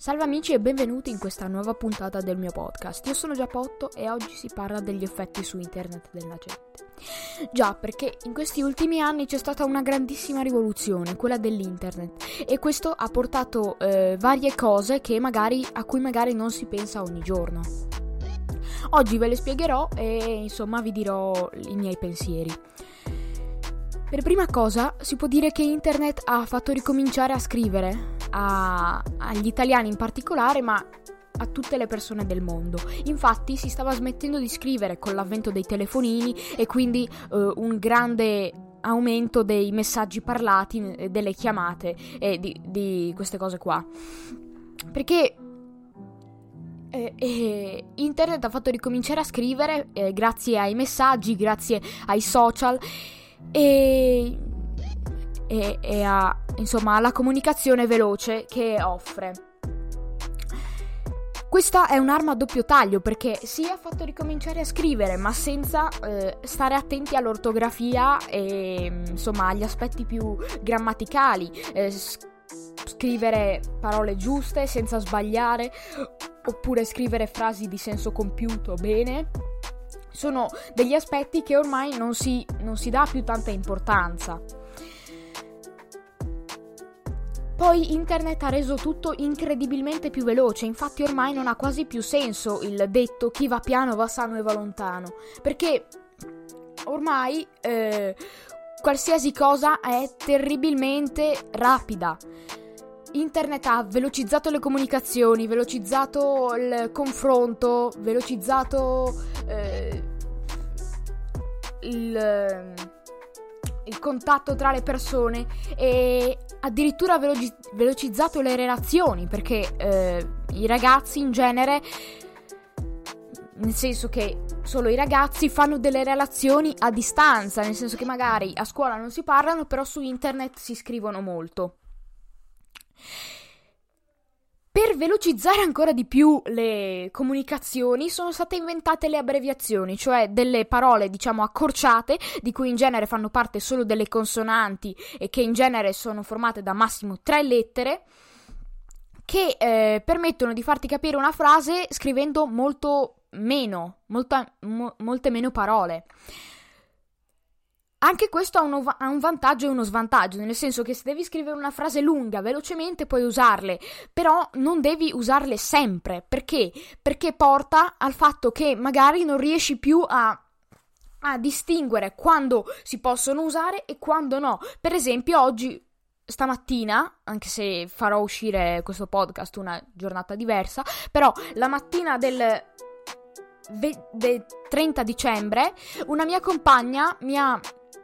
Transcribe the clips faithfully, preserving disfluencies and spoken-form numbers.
Salve amici e benvenuti in questa nuova puntata del mio podcast. Io sono Giappotto e oggi si parla degli effetti su internet della gente. Già, perché in questi ultimi anni c'è stata una grandissima rivoluzione, quella dell'internet, e questo ha portato eh, varie cose che magari, a cui magari non si pensa ogni giorno. Oggi ve le spiegherò e insomma vi dirò i miei pensieri. Per prima cosa si può dire che internet ha fatto ricominciare a scrivere a, agli italiani in particolare, ma a tutte le persone del mondo. Infatti si stava smettendo di scrivere con l'avvento dei telefonini e quindi eh, un grande aumento dei messaggi parlati, delle chiamate e di, di queste cose qua. Perché eh, eh, internet ha fatto ricominciare a scrivere eh, grazie ai messaggi, grazie ai social e, e, e a, insomma, alla comunicazione veloce che offre. Questa è un'arma a doppio taglio perché sì, ha fatto ricominciare a scrivere, ma senza eh, stare attenti all'ortografia e insomma agli aspetti più grammaticali, eh, scrivere parole giuste senza sbagliare, oppure scrivere frasi di senso compiuto bene. Sono degli aspetti che ormai non si, non si dà più tanta importanza. Poi internet ha reso tutto incredibilmente più veloce, infatti ormai non ha quasi più senso il detto chi va piano va sano e va lontano, perché ormai eh, qualsiasi cosa è terribilmente rapida. Internet ha velocizzato le comunicazioni, velocizzato il confronto, velocizzato eh, il, il contatto tra le persone e addirittura veloci- velocizzato le relazioni, perché eh, i ragazzi in genere, nel senso che solo i ragazzi fanno delle relazioni a distanza, nel senso che magari a scuola non si parlano, però su internet si scrivono molto. Per velocizzare ancora di più le comunicazioni sono state inventate le abbreviazioni, cioè delle parole diciamo accorciate di cui in genere fanno parte solo delle consonanti e che in genere sono formate da massimo tre lettere che eh, permettono di farti capire una frase scrivendo molto meno, molta, mo, molte meno parole. Anche questo ha, uno, ha un vantaggio e uno svantaggio, nel senso che se devi scrivere una frase lunga velocemente puoi usarle, però non devi usarle sempre. Perché? Perché porta al fatto che magari non riesci più a, a distinguere quando si possono usare e quando no. Per esempio oggi, stamattina, anche se farò uscire questo podcast una giornata diversa, però la mattina del, del trenta dicembre una mia compagna mi ha...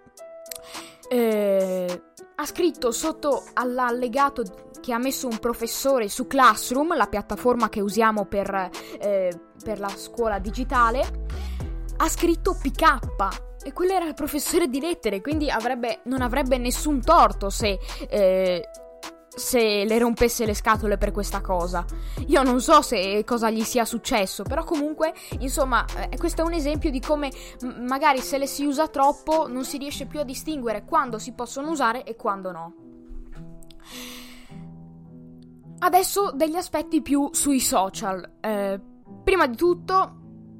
Eh, ha scritto sotto all'allegato che ha messo un professore su Classroom, la piattaforma che usiamo per, eh, per la scuola digitale, ha scritto P K e quello era il professore di lettere, quindi avrebbe, non avrebbe nessun torto se, eh, se le rompesse le scatole per questa cosa. Io non so se cosa gli sia successo, però comunque insomma eh, questo è un esempio di come m- magari se le si usa troppo non si riesce più a distinguere quando si possono usare e quando no. Adesso degli aspetti più sui social. Eh, prima di tutto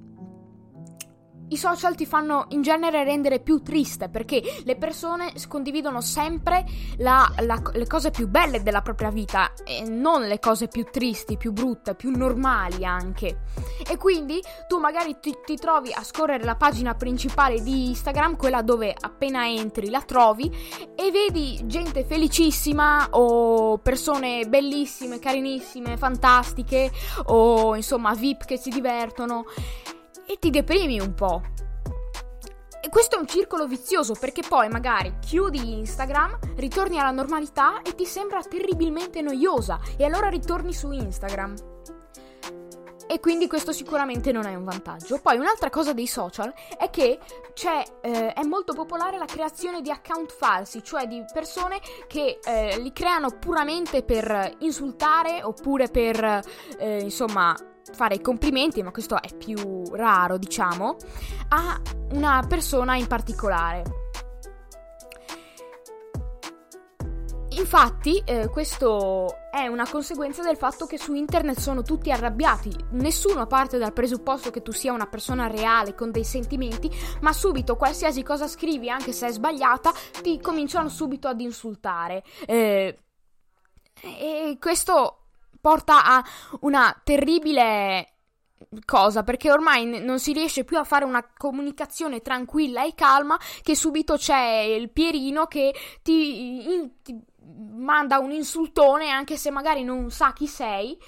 i social ti fanno in genere rendere più triste perché le persone condividono sempre la, la, le cose più belle della propria vita e non le cose più tristi, più brutte, più normali anche. E quindi tu magari ti, ti trovi a scorrere la pagina principale di Instagram, quella dove appena entri la trovi e vedi gente felicissima o persone bellissime, carinissime, fantastiche o insomma V I P che si divertono e ti deprimi un po'. E questo è un circolo vizioso perché poi magari chiudi Instagram, ritorni alla normalità e ti sembra terribilmente noiosa e allora ritorni su Instagram. E quindi questo sicuramente non è un vantaggio. Poi un'altra cosa dei social è che c'è, eh, è molto popolare la creazione di account falsi, cioè di persone che eh, li creano puramente per insultare oppure per eh, insomma fare i complimenti, ma questo è più raro, diciamo, a una persona in particolare. infatti, eh, questo è una conseguenza del fatto che su internet sono tutti arrabbiati. Nessuno parte dal presupposto che tu sia una persona reale con dei sentimenti, ma subito qualsiasi cosa scrivi, anche se è sbagliata, ti cominciano subito ad insultare. Eh, e questo porta a una terribile cosa, perché ormai non si riesce più a fare una comunicazione tranquilla e calma, che subito c'è il Pierino che ti, in, ti manda un insultone anche se magari non sa chi sei,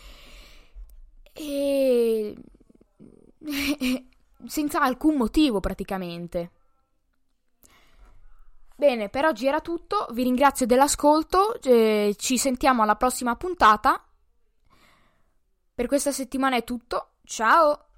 e senza alcun motivo praticamente. Bene, per oggi era tutto, vi ringrazio dell'ascolto, eh, ci sentiamo alla prossima puntata. Per questa settimana è tutto, ciao!